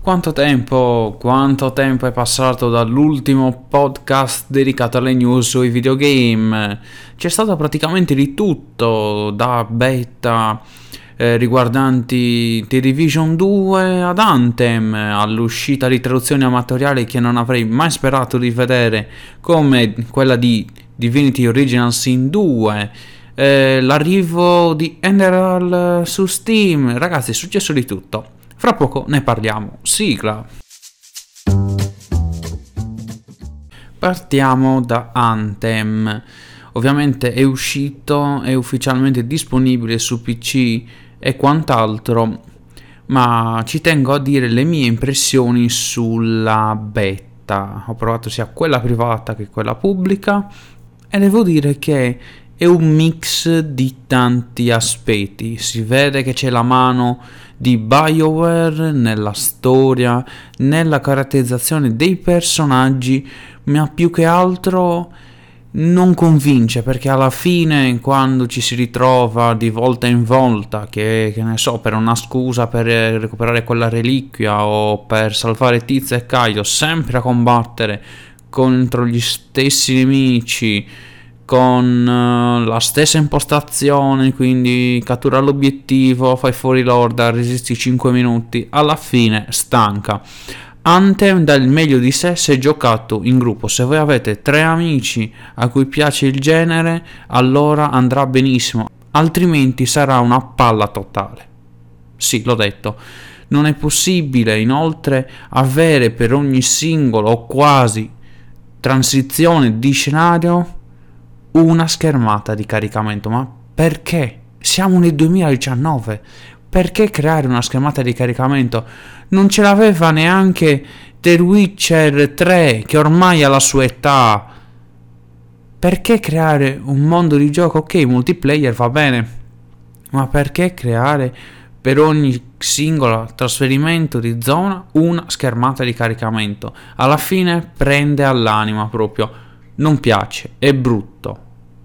Quanto tempo è passato dall'ultimo podcast dedicato alle news sui videogame? C'è stato praticamente di tutto, da beta riguardanti The Division 2 ad Anthem, all'uscita di traduzioni amatoriali che non avrei mai sperato di vedere, come quella di Divinity Original Sin 2, l'arrivo di Enderal su Steam. Ragazzi, è successo di tutto. Fra poco ne parliamo. Sigla. Partiamo da Anthem. Ovviamente è uscito, è ufficialmente disponibile su PC e quant'altro, ma ci tengo a dire le mie impressioni sulla beta. Ho provato sia quella privata che quella pubblica e devo dire che è un mix di tanti aspetti. Si vede che c'è la mano di BioWare nella storia, nella caratterizzazione dei personaggi, ma più che altro non convince, perché alla fine, quando ci si ritrova di volta in volta, che ne so, per una scusa per recuperare quella reliquia o per salvare Tizio e Caio, sempre a combattere contro gli stessi nemici, con la stessa impostazione, quindi cattura l'obiettivo, fai fuori l'orda, resisti 5 minuti, alla fine stanca. Anthem dà il meglio di sé se giocato in gruppo. Se voi avete 3 amici a cui piace il genere, allora andrà benissimo, altrimenti sarà una palla totale. Sì, l'ho detto. Non è possibile inoltre avere per ogni singolo o quasi transizione di scenario una schermata di caricamento. Ma perché? Siamo nel 2019. Perché creare una schermata di caricamento? Non ce l'aveva neanche The Witcher 3, che ormai ha la sua età. Perché creare un mondo di gioco? Ok, multiplayer va bene, ma perché creare per ogni singolo trasferimento di zona una schermata di caricamento? Alla fine prende all'anima proprio. Non piace, è brutto.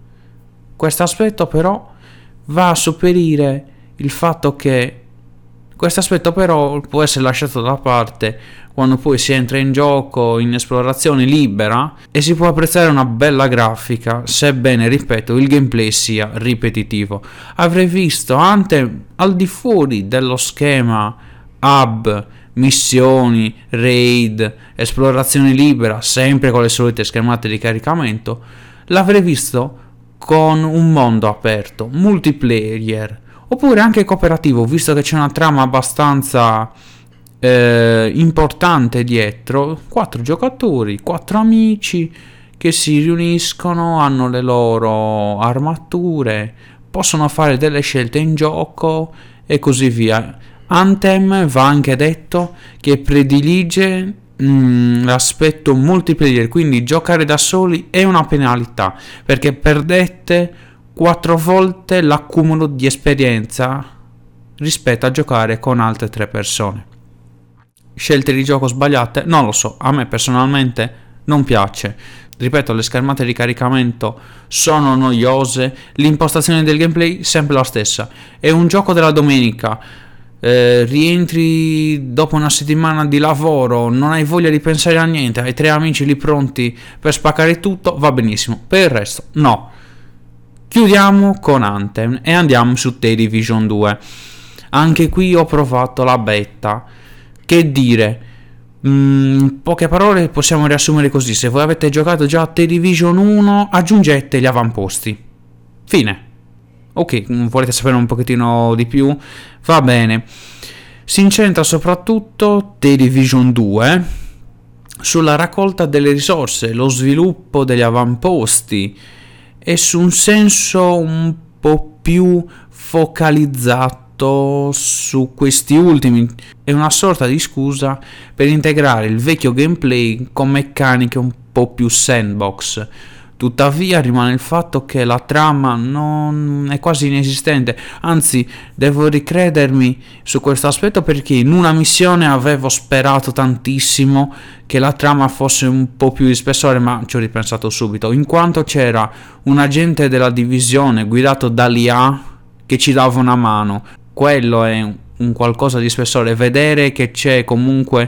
Questo aspetto però va a sopperire il fatto che questo aspetto però può essere lasciato da parte quando poi si entra in gioco in esplorazione libera e si può apprezzare una bella grafica, sebbene, ripeto, il gameplay sia ripetitivo. Avrei visto Anthem al di fuori dello schema hub, missioni, raid, esplorazione libera, sempre con le solite schermate di caricamento. L'avrei visto con un mondo aperto, multiplayer, oppure anche cooperativo, visto che c'è una trama abbastanza importante dietro. 4 giocatori, 4 amici che si riuniscono, hanno le loro armature, possono fare delle scelte in gioco e così via. Anthem, va anche detto, che predilige l'aspetto multiplayer, quindi giocare da soli è una penalità, perché perdete 4 volte l'accumulo di esperienza rispetto a giocare con altre 3 persone. Scelte di gioco sbagliate? Non lo so, a me personalmente non piace. Ripeto, le schermate di caricamento sono noiose, l'impostazione del gameplay sempre la stessa. È un gioco della domenica. Rientri dopo una settimana di lavoro, non hai voglia di pensare a niente, hai 3 amici lì pronti per spaccare tutto, va benissimo. Per il resto no. Chiudiamo con Anthem e andiamo su The Division 2. Anche qui ho provato la beta. Che dire, in poche parole possiamo riassumere così: se voi avete giocato già a The Division 1, aggiungete gli avamposti. Fine. Ok, volete sapere un pochettino di più? Va bene. Si incentra soprattutto The Division 2 sulla raccolta delle risorse, lo sviluppo degli avamposti e su un senso un po' più focalizzato su questi ultimi. È una sorta di scusa per integrare il vecchio gameplay con meccaniche un po' più sandbox. Tuttavia rimane il fatto che la trama non è quasi inesistente, anzi devo ricredermi su questo aspetto, perché in una missione avevo sperato tantissimo che la trama fosse un po' più di spessore, ma ci ho ripensato subito, in quanto c'era un agente della divisione guidato dall'IA che ci dava una mano. Quello è un qualcosa di spessore, vedere che c'è comunque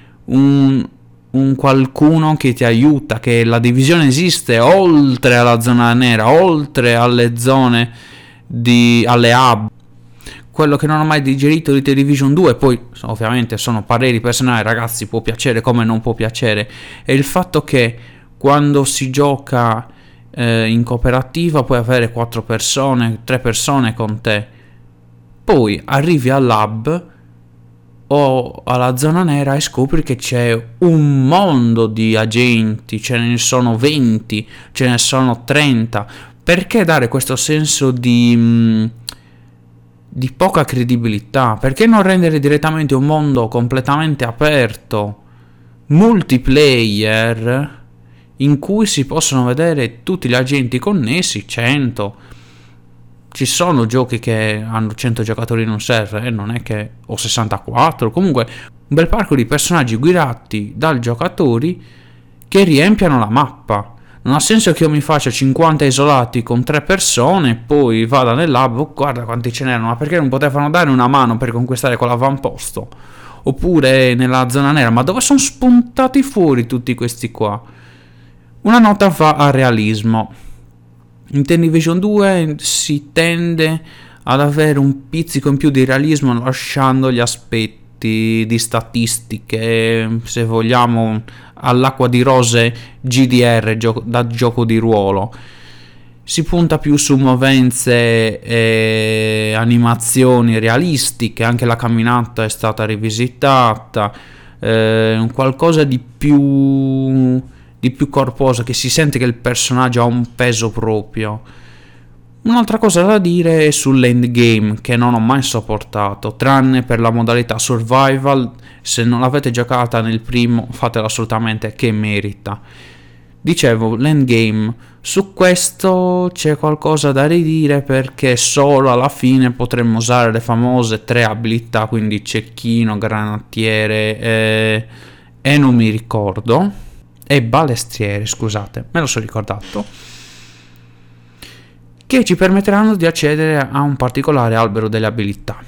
un qualcuno che ti aiuta, che la divisione esiste oltre alla zona nera, oltre alle zone alle hub. Quello che non ho mai digerito di The Division 2, poi ovviamente sono pareri personali, ragazzi, può piacere come non può piacere, è il fatto che quando si gioca in cooperativa puoi avere 4 persone, 3 persone con te, poi arrivi all'hub o alla zona nera e scopri che c'è un mondo di agenti, ce ne sono 20, ce ne sono 30. Perché dare questo senso di poca credibilità? Perché non rendere direttamente un mondo completamente aperto, multiplayer, in cui si possono vedere tutti gli agenti connessi, 100. Ci sono giochi che hanno 100 giocatori in un server, non è che o 64, comunque un bel parco di personaggi guidati dai giocatori che riempiano la mappa. Non ha senso che io mi faccia 50 isolati con 3 persone e poi vada nell'hub, oh, guarda quanti ce n'erano, ma perché non potevano dare una mano per conquistare quell'avamposto? Oppure nella zona nera, ma dove sono spuntati fuori tutti questi qua? Una nota va al realismo. In The Division 2 si tende ad avere un pizzico in più di realismo lasciando gli aspetti di statistiche, se vogliamo, all'acqua di rose GDR, da gioco di ruolo. Si punta più su movenze e animazioni realistiche, anche la camminata è stata rivisitata, qualcosa di più corposo, che si sente che il personaggio ha un peso proprio. Un'altra cosa da dire è sull'endgame, che non ho mai sopportato, tranne per la modalità survival. Se non l'avete giocata nel primo, fatelo assolutamente, che merita. Dicevo, l'endgame, su questo c'è qualcosa da ridire, perché solo alla fine potremmo usare le famose 3 abilità, quindi cecchino, granatiere e non mi ricordo, e balestriere, scusate, me lo sono ricordato, che ci permetteranno di accedere a un particolare albero delle abilità.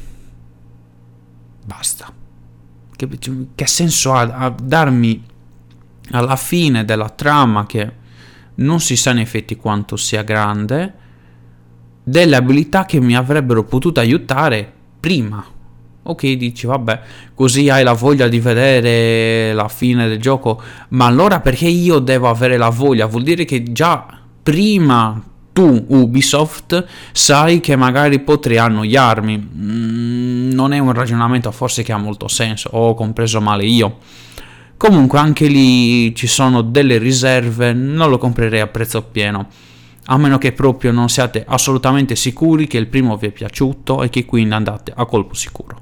Basta. Che senso ha a darmi alla fine della trama, che non si sa in effetti quanto sia grande, delle abilità che mi avrebbero potuto aiutare prima? Ok, dici, vabbè, così hai la voglia di vedere la fine del gioco, ma allora perché io devo avere la voglia? Vuol dire che già prima tu, Ubisoft, sai che magari potrei annoiarmi. Non è un ragionamento forse che ha molto senso, o ho compreso male io. Comunque anche lì ci sono delle riserve, non lo comprerei a prezzo pieno, a meno che proprio non siate assolutamente sicuri che il primo vi è piaciuto e che quindi andate a colpo sicuro.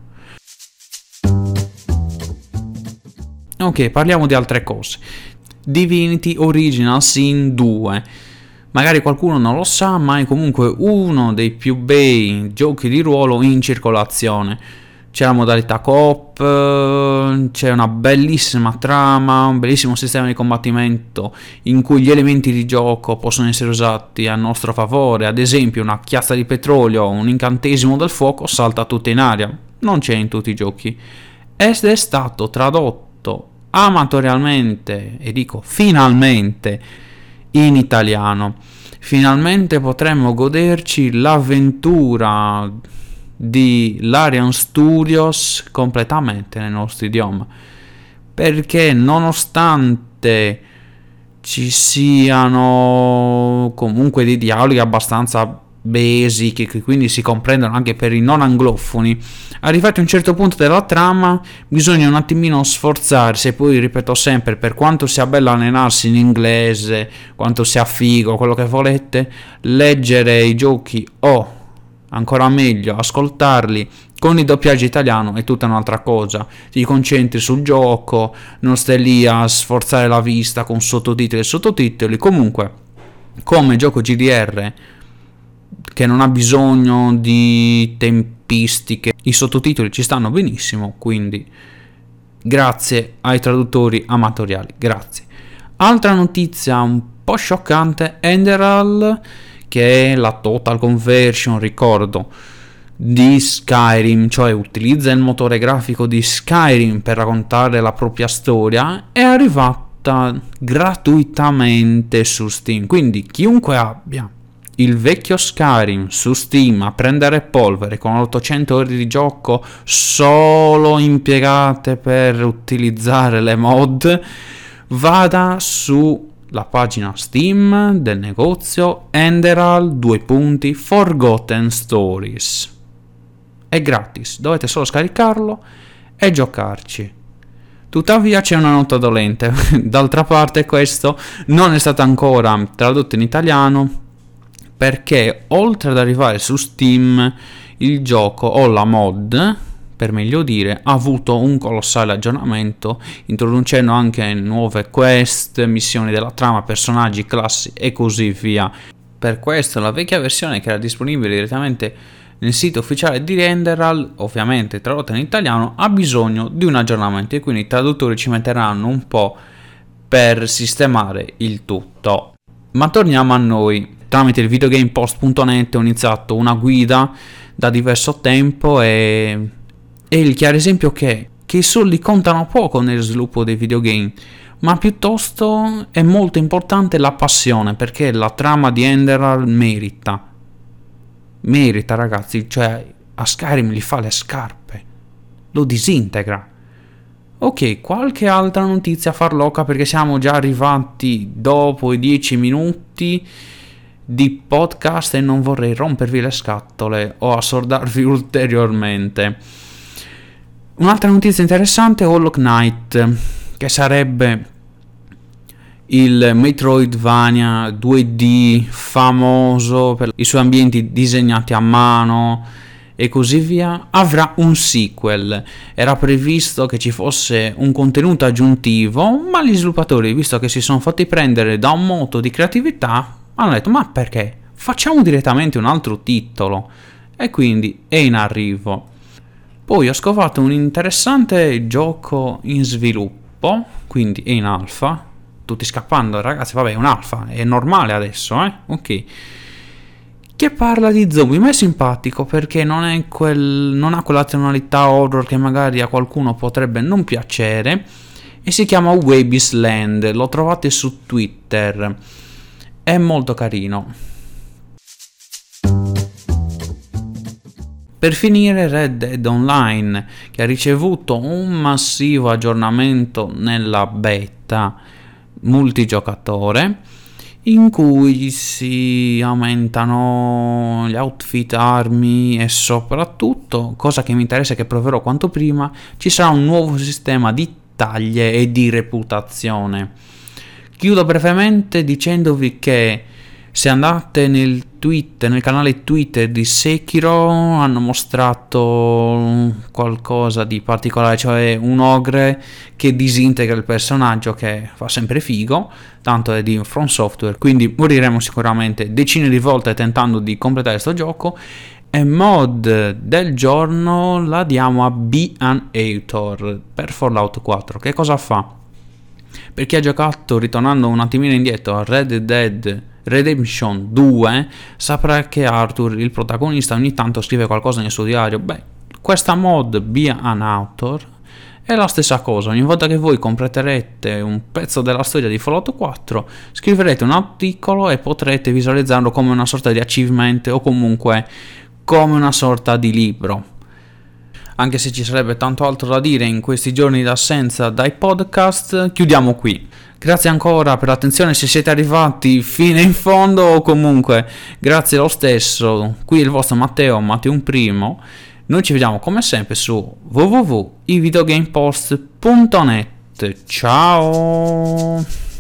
Ok, parliamo di altre cose. Divinity Original Sin 2. Magari qualcuno non lo sa, ma è comunque uno dei più bei giochi di ruolo in circolazione. C'è la modalità coop, c'è una bellissima trama, un bellissimo sistema di combattimento in cui gli elementi di gioco possono essere usati a nostro favore. Ad esempio una chiazza di petrolio, un incantesimo del fuoco salta tutto in aria. Non c'è in tutti i giochi. Ed è stato tradotto amatorialmente, e dico finalmente, in italiano. Finalmente potremmo goderci l'avventura di Larian Studios completamente nel nostro idioma, perché nonostante ci siano comunque dei dialoghi abbastanza basic, che quindi si comprendono anche per i non anglofoni, arrivati a un certo punto della trama bisogna un attimino sforzarsi. E poi ripeto sempre, per quanto sia bello allenarsi in inglese, quanto sia figo, quello che volete, leggere i giochi o ancora meglio ascoltarli con il doppiaggio italiano è tutta un'altra cosa. Ti concentri sul gioco, non stai lì a sforzare la vista con sottotitoli e sottotitoli. Comunque, come gioco GDR che non ha bisogno di tempistiche, i sottotitoli ci stanno benissimo, quindi grazie ai traduttori amatoriali, grazie. Altra notizia un po' scioccante: Enderal, che è la Total Conversion, ricordo, di Skyrim, cioè utilizza il motore grafico di Skyrim per raccontare la propria storia, è arrivata gratuitamente su Steam. Quindi chiunque abbia il vecchio Skyrim su Steam a prendere polvere con 800 ore di gioco solo impiegate per utilizzare le mod, vada sulla pagina Steam del negozio Enderal Forgotten Stories. È gratis, dovete solo scaricarlo e giocarci. Tuttavia c'è una nota dolente, d'altra parte questo non è stato ancora tradotto in italiano, perché oltre ad arrivare su Steam il gioco, o la mod per meglio dire, ha avuto un colossale aggiornamento, introducendo anche nuove quest, missioni della trama, personaggi, classi e così via. Per questo la vecchia versione, che era disponibile direttamente nel sito ufficiale di Enderal, ovviamente tradotta in italiano, ha bisogno di un aggiornamento, e quindi i traduttori ci metteranno un po' per sistemare il tutto. Ma torniamo a noi. Tramite il videogamepost.net ho iniziato una guida da diverso tempo e il chiaro esempio che i soldi contano poco nel sviluppo dei videogame, ma piuttosto è molto importante la passione, perché la trama di Enderal merita ragazzi, cioè a Skyrim gli fa le scarpe, lo disintegra. Ok, qualche altra notizia farlocca, perché siamo già arrivati dopo i 10 minuti di podcast e non vorrei rompervi le scatole o assordarvi ulteriormente. Un'altra notizia interessante è Hollow Knight, che sarebbe il Metroidvania 2D famoso per i suoi ambienti disegnati a mano e così via, avrà un sequel. Era previsto che ci fosse un contenuto aggiuntivo, ma gli sviluppatori, visto che si sono fatti prendere da un moto di creatività, hanno detto: ma perché? Facciamo direttamente un altro titolo, e quindi è in arrivo. Poi ho scovato un interessante gioco in sviluppo, quindi è in alfa. Tutti scappando, ragazzi, vabbè, è un alfa, è normale adesso, ok. Che parla di zombie, ma è simpatico perché non ha quella tonalità horror che magari a qualcuno potrebbe non piacere, e si chiama Wasteland. Lo trovate su Twitter, è molto carino. Per finire, Red Dead Online, che ha ricevuto un massivo aggiornamento nella beta multigiocatore, in cui si aumentano gli outfit, armi e soprattutto, cosa che mi interessa e che proverò quanto prima, ci sarà un nuovo sistema di taglie e di reputazione. Chiudo brevemente dicendovi che se andate nel canale Twitter di Sekiro, hanno mostrato qualcosa di particolare, cioè un ogre che disintegra il personaggio, che fa sempre figo, tanto è di From Software, quindi moriremo sicuramente decine di volte tentando di completare sto gioco. E mod del giorno la diamo a Be-An-Ator per Fallout 4. Che cosa fa? Per chi ha giocato, ritornando un attimino indietro, a Red Dead Redemption 2, saprà che Arthur, il protagonista, ogni tanto scrive qualcosa nel suo diario. Questa mod Be-An-Author è la stessa cosa. Ogni volta che voi completerete un pezzo della storia di Fallout 4, scriverete un articolo e potrete visualizzarlo come una sorta di achievement, o comunque come una sorta di libro. Anche se ci sarebbe tanto altro da dire in questi giorni d'assenza dai podcast, chiudiamo qui. Grazie ancora per l'attenzione se siete arrivati fino in fondo, o comunque grazie lo stesso. Qui è il vostro Matteo Primo. Noi ci vediamo come sempre su www.ivideogamepost.net. Ciao!